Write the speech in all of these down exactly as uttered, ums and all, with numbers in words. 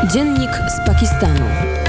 Dziennik z Pakistanu.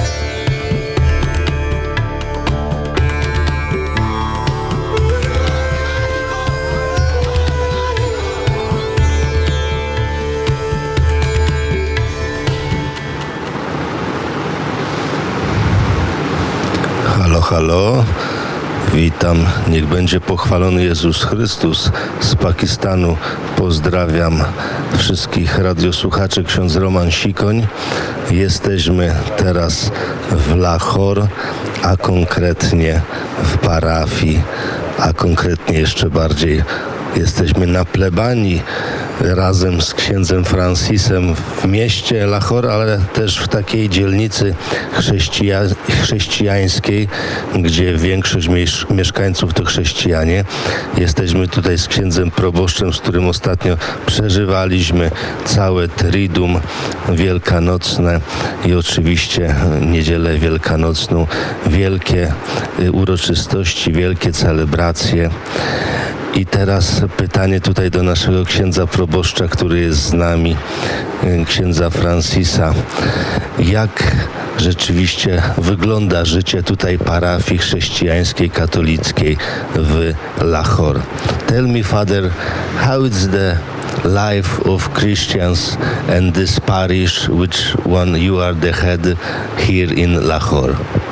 Halo, halo. Witam. Niech będzie pochwalony Jezus Chrystus z Pakistanu. Pozdrawiam wszystkich radiosłuchaczy. Ksiądz Roman Sikoń. Jesteśmy teraz w Lahore, a konkretnie w parafii, a konkretnie jeszcze bardziej jesteśmy na plebanii razem z księdzem Francisem w mieście Lahore, ale też w takiej dzielnicy chrześcija- chrześcijańskiej, gdzie większość miesz- mieszkańców to chrześcijanie. Jesteśmy tutaj z księdzem proboszczem, z którym ostatnio przeżywaliśmy całe Triduum wielkanocne i oczywiście niedzielę wielkanocną. Wielkie uroczystości, wielkie celebracje. I teraz pytanie tutaj do naszego księdza proboszcza, który jest z nami, księdza Francisa. Jak rzeczywiście wygląda życie tutaj parafii chrześcijańskiej, katolickiej w Lahore? Tell me, Father, how is the life of Christians and this parish, which one you are the head here in Lahore?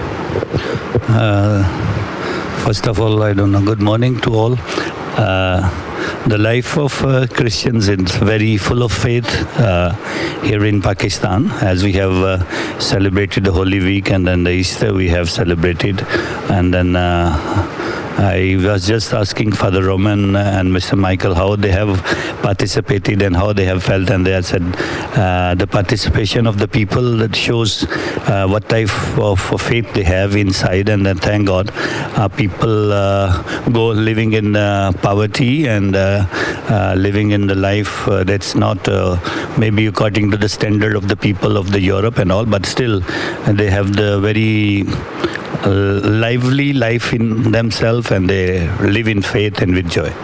Uh, first of all, I don't know, good morning to all. Uh, the life of uh, Christians is very full of faith uh, here in Pakistan, as we have uh, celebrated the Holy Week, and then the Easter we have celebrated, and then uh, I was just asking Father Roman and Mister Michael how they have participated and how they have felt, and they have said uh, the participation of the people that shows uh, what type of faith they have inside, and then thank God uh, people uh, go living in uh, poverty and uh, uh, living in the life uh, that's not uh, maybe according to the standard of the people of the Europe and all, but still they have the very uh, lively life in themselves, and they live in faith and with joy.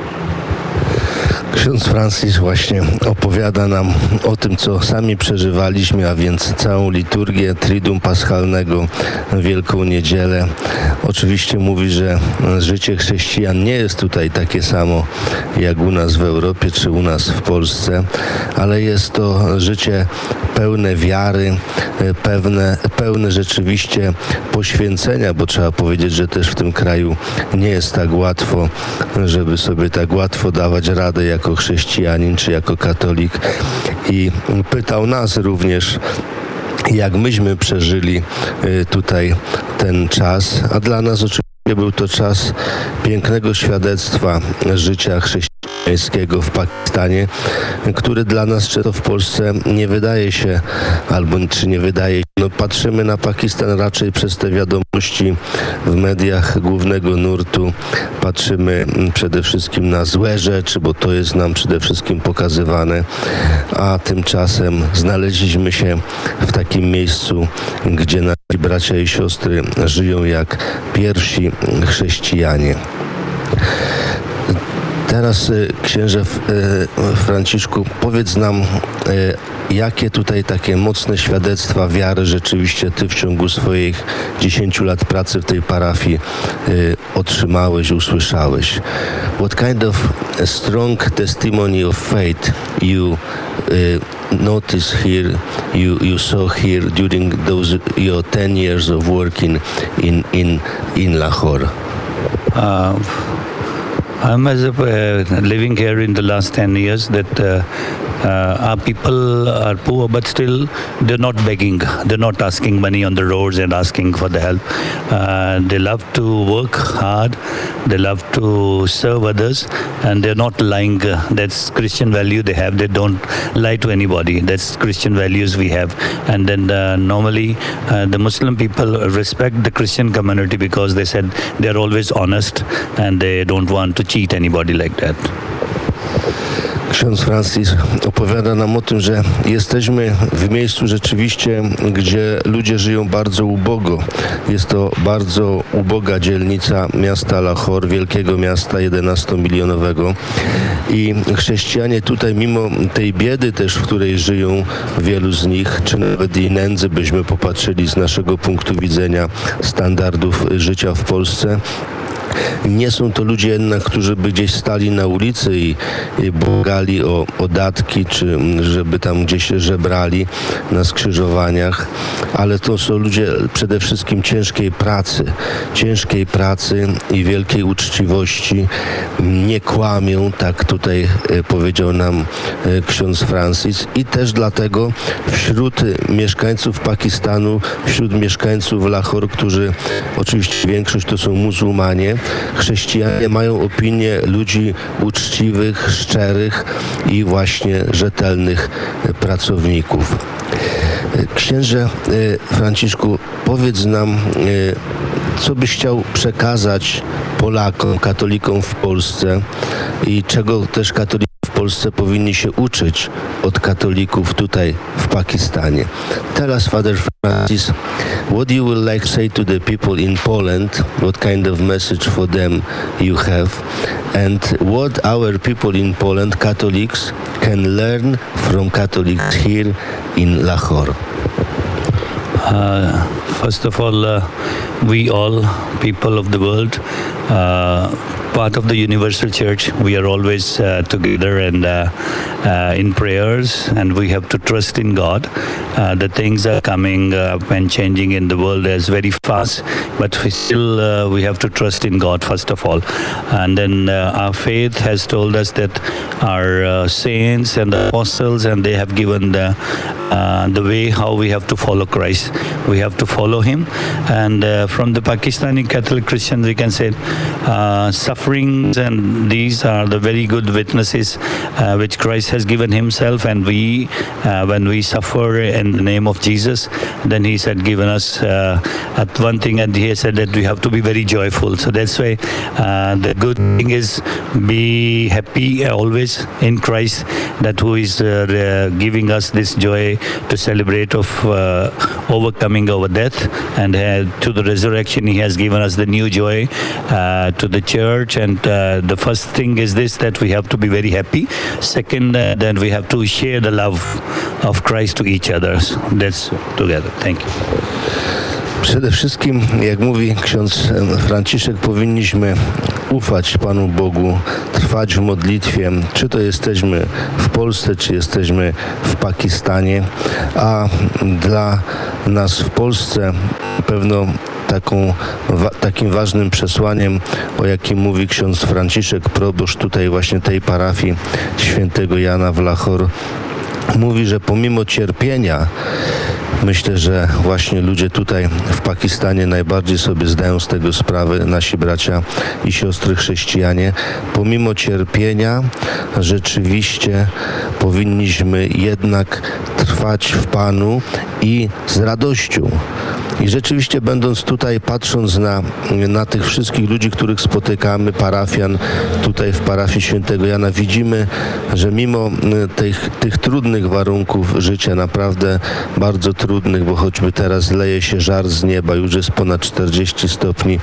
Ksiądz Francis właśnie opowiada nam o tym, co sami przeżywaliśmy, a więc całą liturgię Triduum Paschalnego, Wielką Niedzielę. Oczywiście mówi, że życie chrześcijan nie jest tutaj takie samo jak u nas w Europie czy u nas w Polsce, ale jest to życie pełne wiary, pewne, pełne rzeczywiście poświęcenia, bo trzeba powiedzieć, że też w tym kraju nie jest tak łatwo, żeby sobie tak łatwo dawać radę jako chrześcijanin czy jako katolik. I pytał nas również, jak myśmy przeżyli tutaj ten czas, a dla nas oczywiście był to czas pięknego świadectwa życia chrześcijańskiego w Pakistanie, który dla nas często w Polsce nie wydaje się, albo czy nie wydaje się. No, patrzymy na Pakistan raczej przez te wiadomości w mediach głównego nurtu. Patrzymy przede wszystkim na złe rzeczy, bo to jest nam przede wszystkim pokazywane, a tymczasem znaleźliśmy się w takim miejscu, gdzie nasi bracia i siostry żyją jak pierwsi chrześcijanie. Teraz, księże Franciszku, powiedz nam, jakie tutaj takie mocne świadectwa wiary rzeczywiście ty w ciągu swoich dziesięciu lat pracy w tej parafii otrzymałeś, usłyszałeś? What kind of a strong testimony of faith you notice here, you, you saw here during those your ten years of working in, in, in Lahore? Uh, I'm as a, uh, living here in the last ten years that uh, uh, our people are poor, but still they're not begging. They're not asking money on the roads and asking for the help. Uh, they love to work hard. They love to serve others, and they're not lying. Uh, that's Christian value they have. They don't lie to anybody. That's Christian values we have. And then uh, normally uh, the Muslim people respect the Christian community because they said they're always honest and they don't want to cheat anybody like that. Ksiądz Francis opowiada nam o tym, że jesteśmy w miejscu rzeczywiście, gdzie ludzie żyją bardzo ubogo. Jest to bardzo uboga dzielnica miasta Lahore, wielkiego miasta jedenastomilionowego. I chrześcijanie tutaj, mimo tej biedy też, w której żyją wielu z nich, czy nawet i nędzy, byśmy popatrzyli z naszego punktu widzenia standardów życia w Polsce, nie są to ludzie jednak, którzy by gdzieś stali na ulicy i, i błagali o, o datki, czy żeby tam gdzieś żebrali na skrzyżowaniach, ale to są ludzie przede wszystkim ciężkiej pracy, ciężkiej pracy i wielkiej uczciwości. Nie kłamią, tak tutaj powiedział nam ksiądz Francis, i też dlatego wśród mieszkańców Pakistanu, wśród mieszkańców Lahore, którzy oczywiście większość to są muzułmanie, chrześcijanie mają opinię ludzi uczciwych, szczerych i właśnie rzetelnych pracowników. Księże Franciszku, powiedz nam, co byś chciał przekazać Polakom, katolikom w Polsce i czego też katolicy w Polsce powinni się uczyć od katolików tutaj w Pakistanie. Tell us, Father Francis, what you would like to say to the people in Poland, what kind of message for them you have, and what our people in Poland, Catholics, can learn from Catholics here in Lahore. Uh, first of all, uh, we all, people of the world, uh, part of the Universal Church, we are always uh, together and uh, uh, in prayers, and we have to trust in God. Uh, the things are coming up and changing in the world as very fast, but we still uh, we have to trust in God first of all. And then uh, our faith has told us that our uh, saints and the apostles, and they have given the uh, the way how we have to follow Christ. We have to follow Him. And uh, from the Pakistani Catholic Christians, we can say uh, sufferings, and these are the very good witnesses uh, which Christ has given Himself. And we, uh, when we suffer in the name of Jesus, then He said, given us uh, at one thing, and He said that we have to be very joyful. So that's why uh, the good thing is be happy always in Christ, that who is uh, giving us this joy to celebrate of uh, overcoming our death, and uh, to the resurrection He has given us the new joy uh, to the church. And uh, the first thing is this, that we have to be very happy. Second, uh, then we have to share the love of Christ to each other. So that's together. Thank you. Przede wszystkim, jak mówi ksiądz Franciszek, powinniśmy ufać Panu Bogu, trwać w modlitwie, czy to jesteśmy w Polsce, czy jesteśmy w Pakistanie, a dla nas w Polsce pewno taką, wa, takim ważnym przesłaniem, o jakim mówi ksiądz Franciszek, proboszcz tutaj właśnie tej parafii świętego Jana w Lahore, mówi, że pomimo cierpienia, myślę, że właśnie ludzie tutaj w Pakistanie najbardziej sobie zdają z tego sprawę, nasi bracia i siostry chrześcijanie. Pomimo cierpienia rzeczywiście powinniśmy jednak trwać w Panu i z radością. I rzeczywiście, będąc tutaj, patrząc na, na tych wszystkich ludzi, których spotykamy, parafian tutaj w parafii świętego Jana, widzimy, że mimo tych, tych trudnych warunków życia, naprawdę bardzo trudnych, bo choćby teraz leje się żar z nieba, już jest ponad czterdzieści stopni,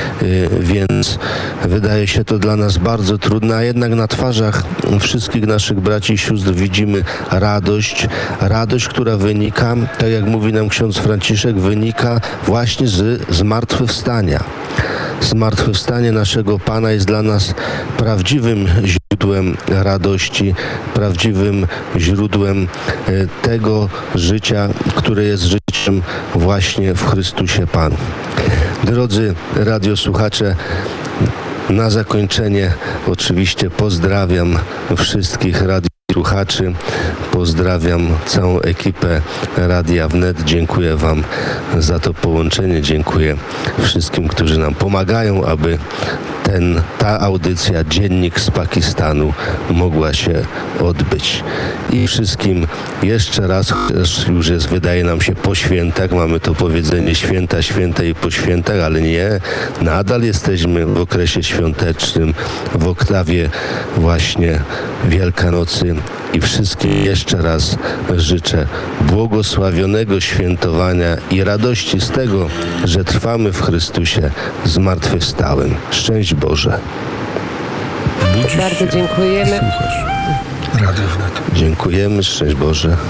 więc wydaje się to dla nas bardzo trudne, a jednak na twarzach wszystkich naszych braci i sióstr widzimy radość, radość, która wynika, tak jak mówi nam ksiądz Franciszek, wynika właśnie z zmartwychwstania. Zmartwychwstanie naszego Pana jest dla nas prawdziwym źródłem radości, prawdziwym źródłem tego życia, które jest życiem właśnie w Chrystusie Panu. Drodzy radiosłuchacze, na zakończenie oczywiście pozdrawiam wszystkich radio słuchaczy. Pozdrawiam całą ekipę Radia Wnet. Dziękuję Wam za to połączenie. Dziękuję wszystkim, którzy nam pomagają, aby ten, ta audycja Dziennik z Pakistanu mogła się odbyć. I wszystkim jeszcze raz, chociaż już jest, wydaje nam się, po świętach, mamy to powiedzenie święta, święta i po świętach, ale nie, nadal jesteśmy w okresie świątecznym, w oktawie właśnie Wielkanocy i wszystkim jeszcze raz życzę błogosławionego świętowania i radości z tego, że trwamy w Chrystusie zmartwychwstałym. Szczęść Boże. Bardzo dziękujemy. Dziękujemy, szczęść Boże.